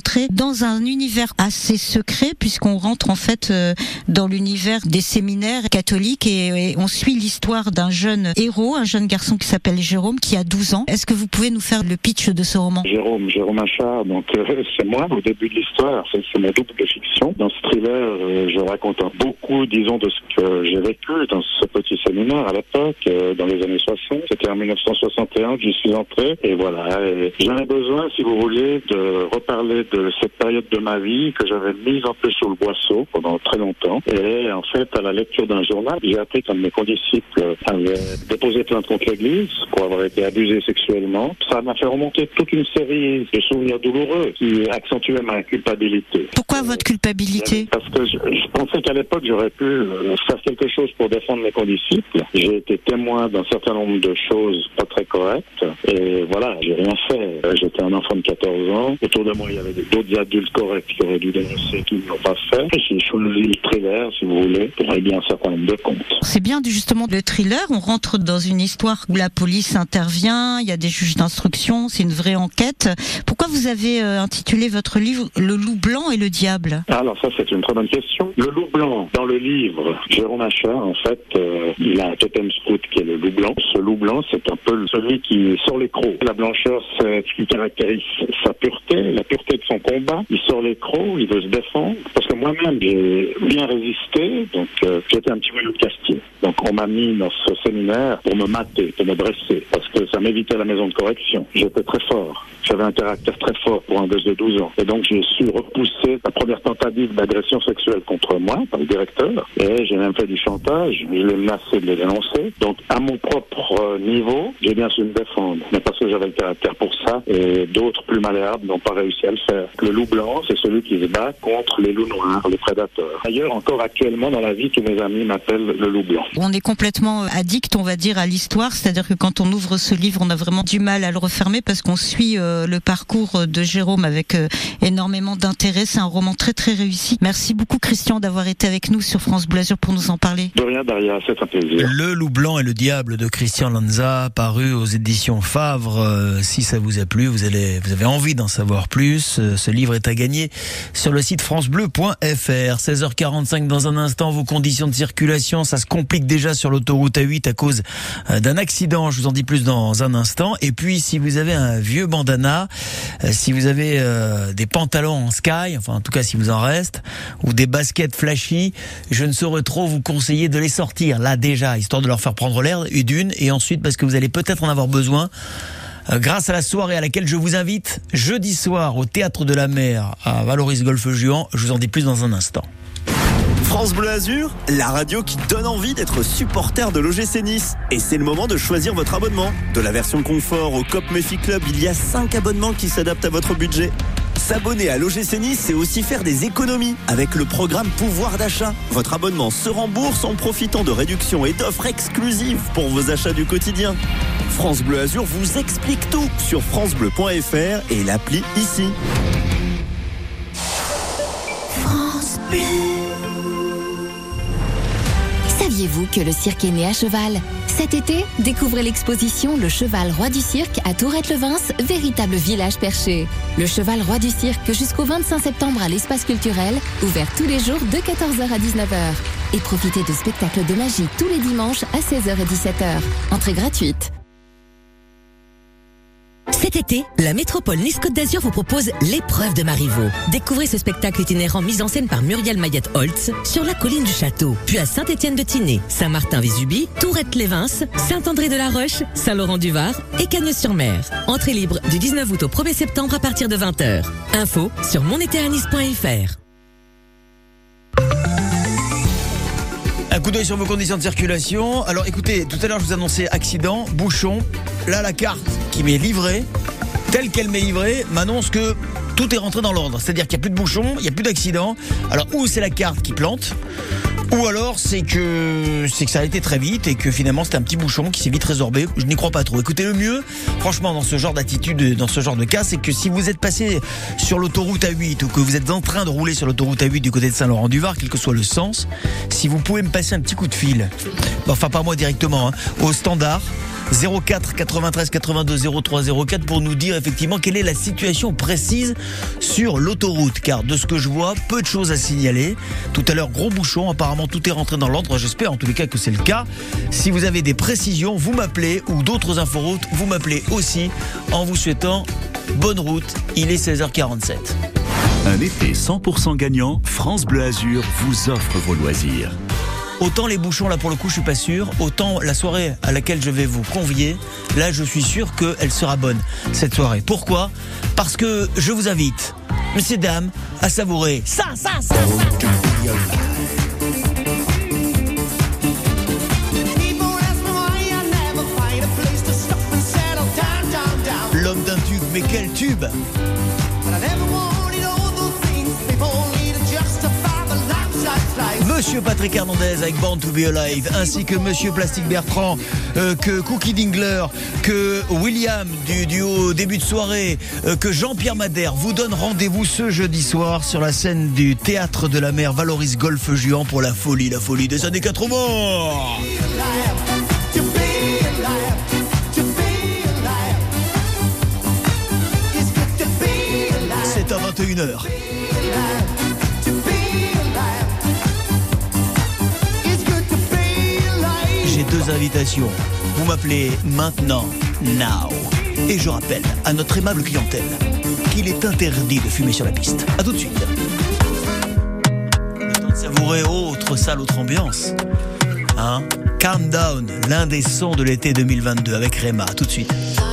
rentrer dans un univers assez secret, puisqu'on rentre en fait dans l'univers des séminaires catholiques et on suit l'histoire d'un jeune héros, un jeune garçon qui s'appelle Jérôme, qui a 12 ans. Est-ce que vous pouvez nous faire le pitch de ce roman ? Jérôme Achard, donc c'est moi au début de l'histoire, c'est ma double de fiction. Dans ce thriller, je raconte beaucoup, disons, de ce que j'ai vécu dans ce petit séminaire à l'époque, dans les années 60. C'était en 1961 que j'y suis entré, et voilà. Et j'en ai besoin, si vous voulez, de reparler de cette période de ma vie que j'avais mise un peu sous le boisseau pendant très longtemps. Et en fait, à la lecture d'un journal, j'ai appris qu'un de mes condisciples avait déposé plainte contre l'Église pour avoir été abusé sexuellement. Ça m'a fait remonter toute une série de souvenirs douloureux qui accentuaient ma culpabilité. Pourquoi votre culpabilité ? Parce que je pensais qu'à l'époque, j'aurais pu faire quelque chose pour défendre mes condisciples. J'ai été témoin d'un certain nombre de choses pas très correctes. Et voilà, j'ai rien fait. J'étais un enfant de 14 ans. Autour de moi, il y avait d'autres adultes corrects qui auraient dû dénoncer, qui ne l'ont pas fait. Et j'ai choisi le thriller, si vous voulez, pour régler un certain nombre de comptes. C'est bien justement le thriller. On rentre dans une histoire où la police intervient, il y a des juges d'instruction, c'est une vraie enquête. Pourquoi vous avez intitulé votre livre « Le loup blanc et le diable » ? Alors ça, c'est une très bonne question. Le loup blanc, dans le livre, Jérôme Achard, en fait, il a un totem scout qui est le loup blanc. Ce loup blanc, c'est un peu celui qui sort les crocs. La blancheur, c'est ce qui caractérise sa pureté, la pureté de son combat. Il sort les crocs, il veut se défendre. Parce que moi-même, j'ai bien résisté, donc j'étais un petit voyou de Castier. Donc on m'a mis dans ce séminaire pour me mater, pour me dresser, parce que ça m'évitait la maison de correction. J'étais très fort. J'avais un caractère très fort pour un gosse de 12 ans. Et donc j'ai su repousser la première tentative d'agression sexuelle contre moi par le directeur. Et j'ai même fait du chantage. Je l'ai menacé de les dénoncer. Donc à mon propre niveau, j'ai bien su me défendre. Mais parce que j'avais le caractère pour ça. Et d'autres plus malléables n'ont pas réussi à le faire. Le loup blanc, c'est celui qui se bat contre les loups noirs, les prédateurs. D'ailleurs, encore actuellement dans la vie, tous mes amis m'appellent le loup blanc. On est complètement addict, on va dire, à l'histoire. C'est-à-dire que quand on ouvre ce livre, on a vraiment du mal à le refermer parce qu'on suit le parcours de Jérôme avec énormément d'intérêt. C'est un roman très très réussi. Merci beaucoup Christian d'avoir été avec nous sur France Bleu Azur pour nous en parler. De rien Daria, c'est un plaisir. Le loup blanc et le diable de Christian Lanza, paru aux éditions Favre. Si ça vous a plu, vous avez envie d'en savoir plus, ce livre est à gagner sur le site francebleu.fr. 16h45 dans un instant, vos conditions de circulation, ça se complique déjà sur l'autoroute A8 à cause d'un accident, je vous en dis plus dans un instant. Et puis si vous avez un vieux bandana, si vous avez des pantalons en sky, enfin en tout cas si vous en reste, ou des baskets flashy, je ne saurais trop vous conseiller de les sortir là déjà, histoire de leur faire prendre l'air, et ensuite parce que vous allez peut-être en avoir besoin. Grâce à la soirée à laquelle je vous invite jeudi soir au Théâtre de la Mer à Valoris-Golfe-Juan, je vous en dis plus dans un instant. France Bleu Azur, la radio qui donne envie d'être supporter de l'OGC Nice. Et c'est le moment de choisir votre abonnement. De la version confort au COP Méfi Club, il y a 5 abonnements qui s'adaptent à votre budget. S'abonner à l'OGC Nice, c'est aussi faire des économies avec le programme Pouvoir d'achat. Votre abonnement se rembourse en profitant de réductions et d'offres exclusives pour vos achats du quotidien. France Bleu Azur vous explique tout sur francebleu.fr et l'appli ici. France Bleu. Saviez-vous que le cirque est né à Cheval ? Cet été, découvrez l'exposition Le Cheval Roi du Cirque à Tourette-le-Vins, véritable village perché. Le Cheval Roi du Cirque jusqu'au 25 septembre à l'espace culturel, ouvert tous les jours de 14h à 19h. Et profitez de spectacles de magie tous les dimanches à 16h et 17h. Entrée gratuite. Cet été, la métropole Nice-Côte d'Azur vous propose l'épreuve de Marivaux. Découvrez ce spectacle itinérant mis en scène par Muriel Mayette-Holtz sur la colline du Château, puis à Saint-Étienne-de-Tinée, Saint-Martin-Vésubie, Tourette-les-Vins, Saint-André-de-la-Roche, Saint-Laurent-du-Var et Cagnes-sur-Mer. Entrée libre du 19 août au 1er septembre à partir de 20h. Info sur monétéanice.fr. Un coup d'œil sur vos conditions de circulation. Alors écoutez, tout à l'heure je vous annonçais accident, bouchon. Là la carte qui m'est livrée, telle qu'elle m'est livrée, m'annonce que tout est rentré dans l'ordre. C'est-à-dire qu'il n'y a plus de bouchon, il n'y a plus d'accident. Alors ou c'est la carte qui plante, ou alors c'est que ça a été très vite et que finalement c'était un petit bouchon qui s'est vite résorbé. Je n'y crois pas trop. Écoutez, le mieux, franchement, dans ce genre d'attitude, dans ce genre de cas, c'est que si vous êtes passé sur l'autoroute A8 ou que vous êtes en train de rouler sur l'autoroute A8 du côté de Saint-Laurent-du-Var, quel que soit le sens, si vous pouvez me passer un petit coup de fil, enfin pas moi directement, au standard 04 93 82 03 04 pour nous dire effectivement quelle est la situation précise sur l'autoroute, car de ce que je vois, peu de choses à signaler. Tout à l'heure, gros bouchon, apparemment tout est rentré dans l'ordre, j'espère en tous les cas que c'est le cas. Si vous avez des précisions, vous m'appelez, ou d'autres inforoutes, vous m'appelez aussi, en vous souhaitant bonne route. Il est 16h47. Un été 100% gagnant, France Bleu Azur vous offre vos loisirs. Autant les bouchons, là pour le coup je suis pas sûr, autant la soirée à laquelle je vais vous convier, là je suis sûr qu'elle sera bonne, cette soirée. Pourquoi ? Parce que je vous invite, messieurs, dames, à savourer ça. L'homme d'un tube, mais quel tube! Monsieur Patrick Hernandez avec Born to Be Alive, ainsi que Monsieur Plastique Bertrand, que Cookie Dingler, que William du duo Début de soirée, que Jean-Pierre Madère vous donne rendez-vous ce jeudi soir sur la scène du Théâtre de la Mer Valoris Golfe Juan pour la folie des années 80. C'est à 21h. J'ai deux invitations. Vous m'appelez maintenant, now. Et je rappelle à notre aimable clientèle qu'il est interdit de fumer sur la piste. A tout de suite. Le temps de savourer autre salle, autre ambiance. Calm Down, l'un des sons de l'été 2022 avec Rema. A tout de suite.